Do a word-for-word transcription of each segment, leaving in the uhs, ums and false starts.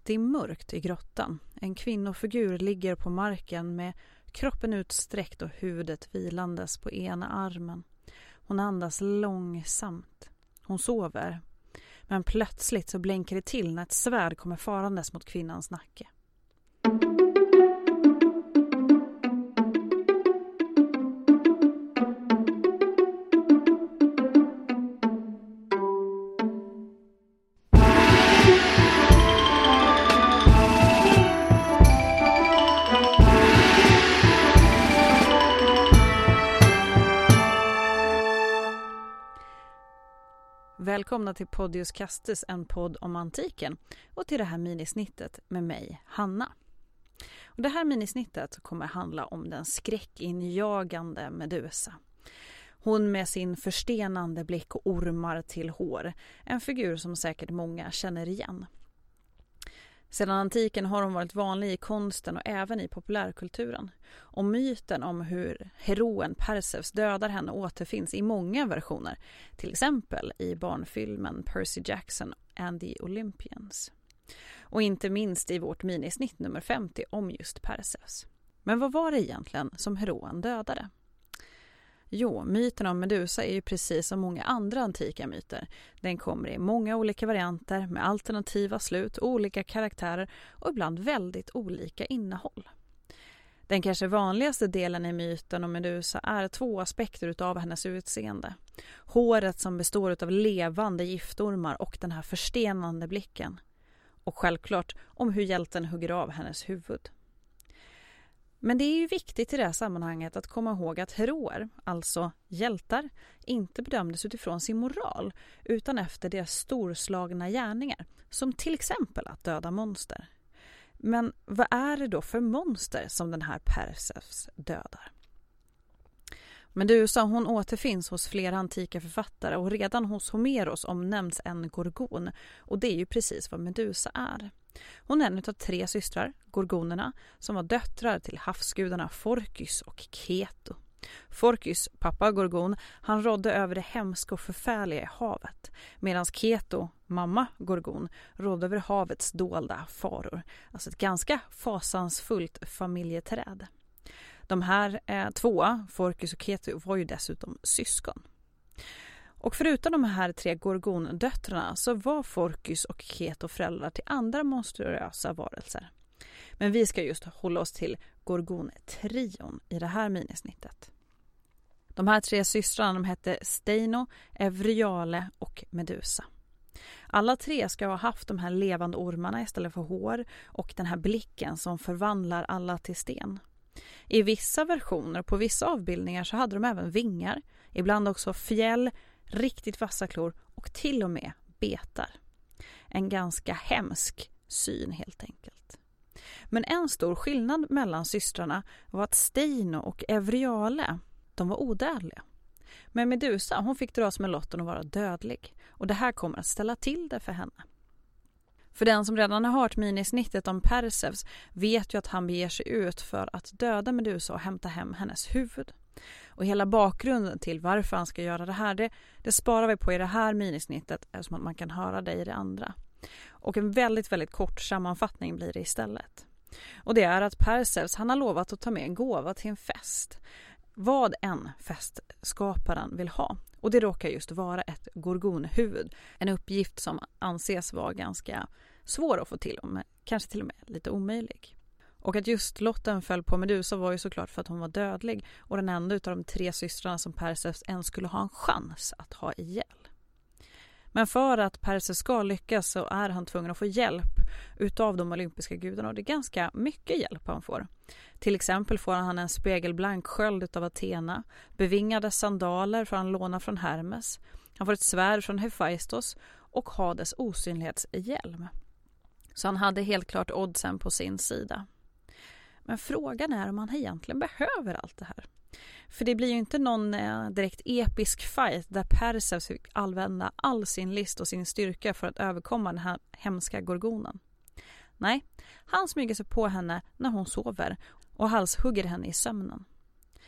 Det är mörkt i grottan. En kvinnofigur ligger på marken med kroppen utsträckt och huvudet vilandes på ena armen. Hon andas långsamt. Hon sover. Men plötsligt så blänker det till när ett svärd kommer farandes mot kvinnans nacke. Välkomna till Podius Castus, en podd om antiken, och till det här minisnittet med mig, Hanna. Och det här minisnittet kommer handla om den skräckinjagande Medusa. Hon med sin förstenande blick och ormar till hår, en figur som säkert många känner igen. Sedan antiken har hon varit vanlig i konsten och även i populärkulturen. Och myten om hur heroen Perseus dödar henne återfinns i många versioner. Till exempel i barnfilmen Percy Jackson and the Olympians. Och inte minst i vårt minisnitt nummer femtio om just Perseus. Men vad var det egentligen som heroen dödade? Jo, myten om Medusa är ju precis som många andra antika myter. Den kommer i många olika varianter med alternativa slut, olika karaktärer och ibland väldigt olika innehåll. Den kanske vanligaste delen i myten om Medusa är två aspekter utav hennes utseende. Håret som består av levande giftormar och den här förstenande blicken. Och självklart om hur hjälten hugger av hennes huvud. Men det är ju viktigt i det här sammanhanget att komma ihåg att heroer, alltså hjältar, inte bedömdes utifrån sin moral utan efter deras storslagna gärningar, som till exempel att döda monster. Men vad är det då för monster som den här Perseus dödar? Medusa, hon återfinns hos flera antika författare och redan hos Homeros omnämns en gorgon, och det är ju precis vad Medusa är. Hon är en av tre systrar, gorgonerna, som var döttrar till havsgudarna Phorkys och Keto. Phorkys, pappa gorgon, han rådde över det hemska och förfärliga i havet, medan Keto, mamma gorgon, rådde över havets dolda faror. Alltså ett ganska fasansfullt familjeträd. De här eh, två, Phorkys och Keto, var ju dessutom syskon. Och förutom de här tre gorgondöttrarna så var Phorkys och Keto föräldrar till andra monstruösa varelser. Men vi ska just hålla oss till gorgontrion i det här minisnittet. De här tre systrarna, de hette Steino, Evryale och Medusa. Alla tre ska ha haft de här levande ormarna istället för hår och den här blicken som förvandlar alla till sten. I vissa versioner och på vissa avbildningar så hade de även vingar, ibland också fjäll, riktigt vassa klor och till och med betar. En ganska hemsk syn helt enkelt. Men en stor skillnad mellan systrarna var att Steino och Evryale, de var odödliga. Men Medusa, hon fick dras med lotten att vara dödlig, och det här kommer att ställa till det för henne. För den som redan har hört minisnittet om Perseus vet ju att han beger sig ut för att döda Medusa och hämta hem hennes huvud. Och hela bakgrunden till varför han ska göra det här, det, det sparar vi på i det här minisnittet eftersom att man kan höra det i det andra. Och en väldigt, väldigt kort sammanfattning blir det istället. Och det är att Perseus, han har lovat att ta med en gåva till en fest. Vad en festskaparen vill ha. Och det råkar just vara ett gorgonhuvud. En uppgift som anses vara ganska svår att få till, och kanske till och med lite omöjlig. Och att just lotten föll på Medusa var ju såklart för att hon var dödlig och den enda av de tre systrarna som Perseus ens skulle ha en chans att ha ihjäl. Men för att Perseus ska lyckas så är han tvungen att få hjälp utav de olympiska gudarna, och det är ganska mycket hjälp han får. Till exempel får han en spegelblank sköld utav Athena, bevingade sandaler får han låna från Hermes, han får ett svärd från Hephaistos och Hades osynlighetshjälm. Så han hade helt klart oddsen på sin sida. Men frågan är om han egentligen behöver allt det här. För det blir ju inte någon eh, direkt episk fight där Perseus fick använda all sin list och sin styrka för att överkomma den här hemska gorgonen. Nej, han smyger sig på henne när hon sover och halshugger henne i sömnen.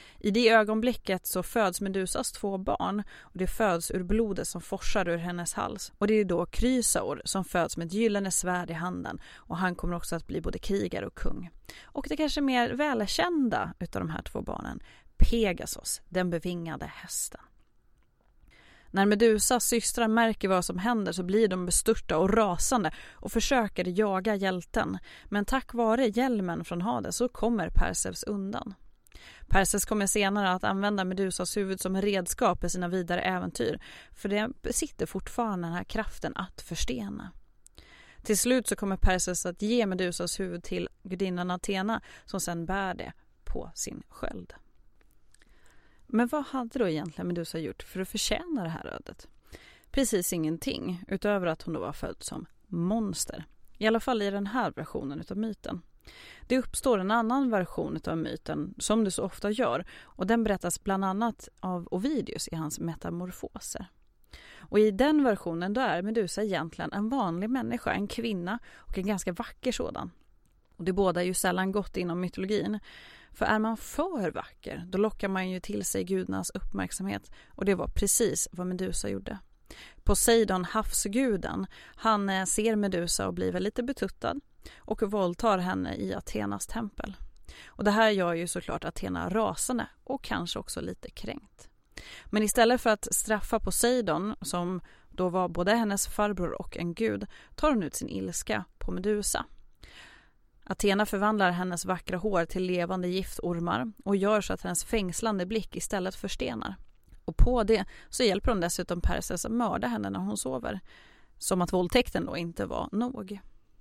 I det ögonblicket så föds Medusas två barn och det föds ur blodet som forsar ur hennes hals. Och det är då Chrysaor som föds med ett gyllene svärd i handen och han kommer också att bli både krigare och kung. Och det kanske mer välkända utav de här två barnen, Pegasus, den bevingade hästen. När Medusas systrar märker vad som händer så blir de bestörta och rasande och försöker jaga hjälten. Men tack vare hjälmen från Hades så kommer Perseus undan. Perseus kommer senare att använda Medusas huvud som redskap i sina vidare äventyr, för det besitter fortfarande den här kraften att förstena. Till slut så kommer Perseus att ge Medusas huvud till gudinnan Athena som sedan bär det på sin sköld. Men vad hade då egentligen Medusa gjort för att förtjäna det här ödet? Precis ingenting, utöver att hon då var född som monster. I alla fall i den här versionen utav myten. Det uppstår en annan version utav myten som det så ofta gör, och den berättas bland annat av Ovidius i hans metamorfoser. Och i den versionen då är Medusa egentligen en vanlig människa, en kvinna och en ganska vacker sådan. Och det båda är ju sällan gott inom mytologin. För är man för vacker, då lockar man ju till sig gudarnas uppmärksamhet. Och det var precis vad Medusa gjorde. Poseidon, havsguden, han ser Medusa och blir väl lite betuttad och våldtar henne i Athenas tempel. Och det här gör ju såklart Athena rasande och kanske också lite kränkt. Men istället för att straffa Poseidon, som då var både hennes farbror och en gud, tar hon ut sin ilska på Medusa. Athena förvandlar hennes vackra hår till levande giftormar och gör så att hennes fängslande blick istället förstenar. Och på det så hjälper hon dessutom Perseus att mörda henne när hon sover. Som att våldtäkten då inte var nog.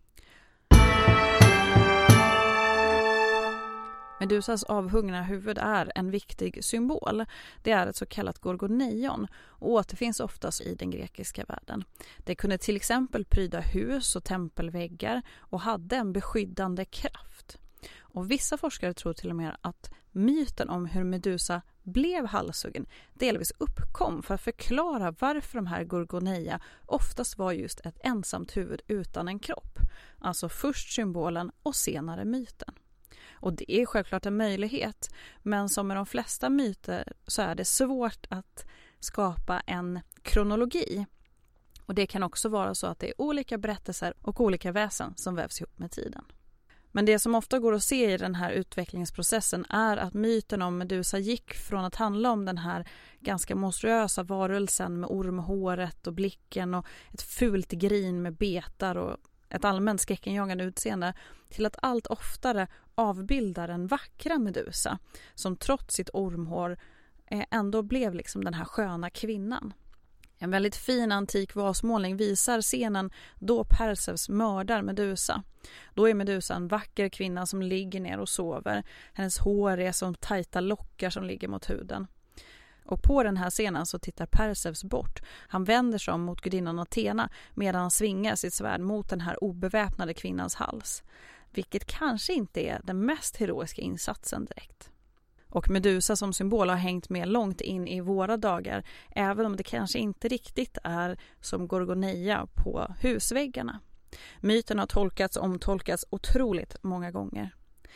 Medusas avhuggna huvud är en viktig symbol. Det är ett så kallat gorgoneion och återfinns oftast i den grekiska världen. Det kunde till exempel pryda hus och tempelväggar och hade en beskyddande kraft. Och vissa forskare tror till och med att myten om hur Medusa blev halshuggen delvis uppkom för att förklara varför de här gorgoneia oftast var just ett ensamt huvud utan en kropp. Alltså först symbolen och senare myten. Och det är självklart en möjlighet, men som med de flesta myter så är det svårt att skapa en kronologi. Och det kan också vara så att det är olika berättelser och olika väsen som vävs ihop med tiden. Men det som ofta går att se i den här utvecklingsprocessen är att myten om Medusa gick från att handla om den här ganska monstruösa varelsen med ormhåret och blicken och ett fult grin med betar och ett allmänt skräckenjagande utseende till att allt oftare avbildar den vackra Medusa som trots sitt ormhår ändå blev liksom den här sköna kvinnan. En väldigt fin antik vasmålning visar scenen då Perseus mördar Medusa. Då är Medusa en vacker kvinna som ligger ner och sover. Hennes hår är som tajta lockar som ligger mot huden. Och på den här scenen så tittar Perseus bort. Han vänder sig om mot gudinnan Athena medan han svingar sitt svärd mot den här obeväpnade kvinnans hals. Vilket kanske inte är den mest heroiska insatsen direkt. Och Medusa som symbol har hängt med långt in i våra dagar, även om det kanske inte riktigt är som gorgoneia på husväggarna. Myten har tolkats och omtolkats otroligt många gånger.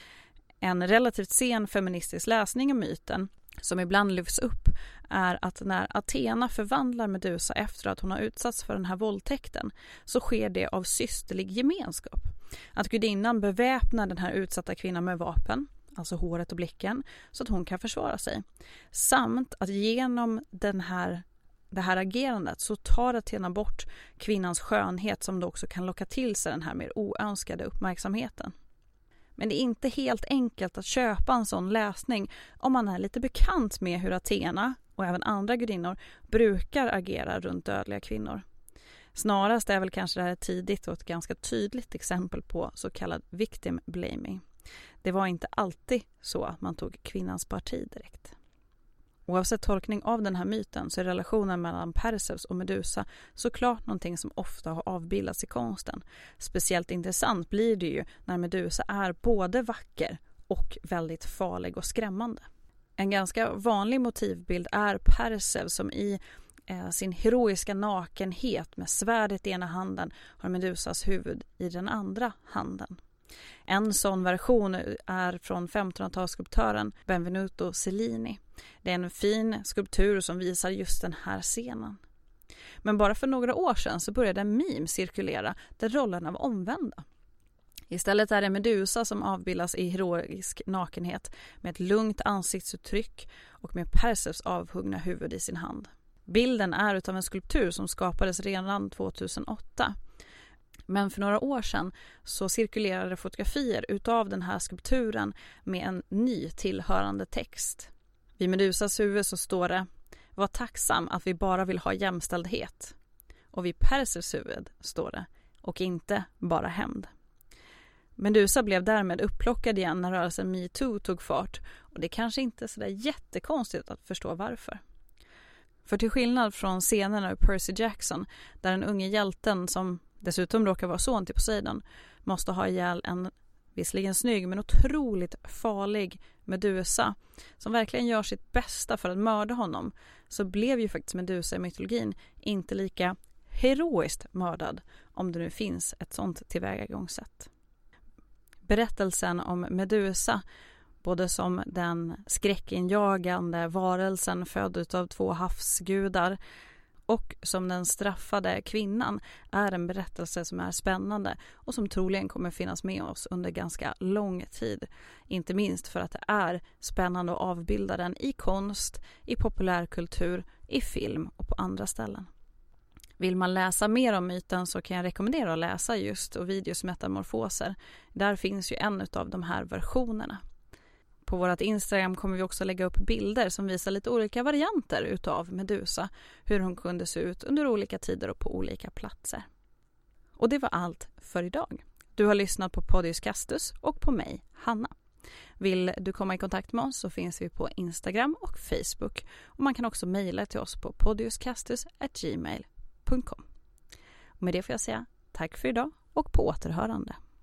En relativt sen feministisk läsning av myten som ibland lyfts upp är att när Athena förvandlar Medusa efter att hon har utsatts för den här våldtäkten så sker det av systerlig gemenskap. Att gudinnan beväpnar den här utsatta kvinnan med vapen, alltså håret och blicken, så att hon kan försvara sig. Samt att genom den här, det här agerandet så tar Athena bort kvinnans skönhet som då också kan locka till sig den här mer oönskade uppmärksamheten. Men det är inte helt enkelt att köpa en sån läsning om man är lite bekant med hur Athena och även andra gudinnor brukar agera runt dödliga kvinnor. Snarast är väl kanske det här tidigt och ett ganska tydligt exempel på så kallad victim blaming. Det var inte alltid så att man tog kvinnans parti direkt. Oavsett tolkning av den här myten så är relationen mellan Perseus och Medusa såklart någonting som ofta har avbildats i konsten. Speciellt intressant blir det ju när Medusa är både vacker och väldigt farlig och skrämmande. En ganska vanlig motivbild är Perseus som i eh, sin heroiska nakenhet med svärdet i ena handen har Medusas huvud i den andra handen. En sån version är från femtonhundratalsskulptören Benvenuto Cellini. Det är en fin skulptur som visar just den här scenen. Men bara för några år sedan så började en meme cirkulera där rollerna var omvända. Istället är det Medusa som avbildas i heroisk nakenhet med ett lugnt ansiktsuttryck och med Perseus avhuggna huvud i sin hand. Bilden är utav en skulptur som skapades redan tjugohundraåtta. Men för några år sedan så cirkulerade fotografier utav den här skulpturen med en ny tillhörande text. Vid Medusas huvud så står det: var tacksam att vi bara vill ha jämställdhet. Och vid Perseus huvud står det: och inte bara hämnd. Medusa blev därmed upplockad igen när rörelsen Me Too tog fart, och det är kanske inte så där jättekonstigt att förstå varför. För till skillnad från scenerna av Percy Jackson, där den unge hjälten som dessutom råkar vara son till Poseidon måste ha ihjäl en visserligen snygg men otroligt farlig Medusa som verkligen gör sitt bästa för att mörda honom, så blev ju faktiskt Medusa i mytologin inte lika heroiskt mördad, om det nu finns ett sånt tillvägagångssätt. Berättelsen om Medusa, både som den skräckinjagande varelsen född av två havsgudar och som den straffade kvinnan, är en berättelse som är spännande och som troligen kommer finnas med oss under ganska lång tid. Inte minst för att det är spännande att avbilda den i konst, i populärkultur, i film och på andra ställen. Vill man läsa mer om myten så kan jag rekommendera att läsa just Ovidius metamorfoser. Där finns ju en av de här versionerna. På vårt Instagram kommer vi också lägga upp bilder som visar lite olika varianter utav Medusa. Hur hon kunde se ut under olika tider och på olika platser. Och det var allt för idag. Du har lyssnat på Podius Castus och på mig, Hanna. Vill du komma i kontakt med oss så finns vi på Instagram och Facebook. Och man kan också mejla till oss på podiuscastus at gmail punkt com. Och med det får jag säga tack för idag och på återhörande.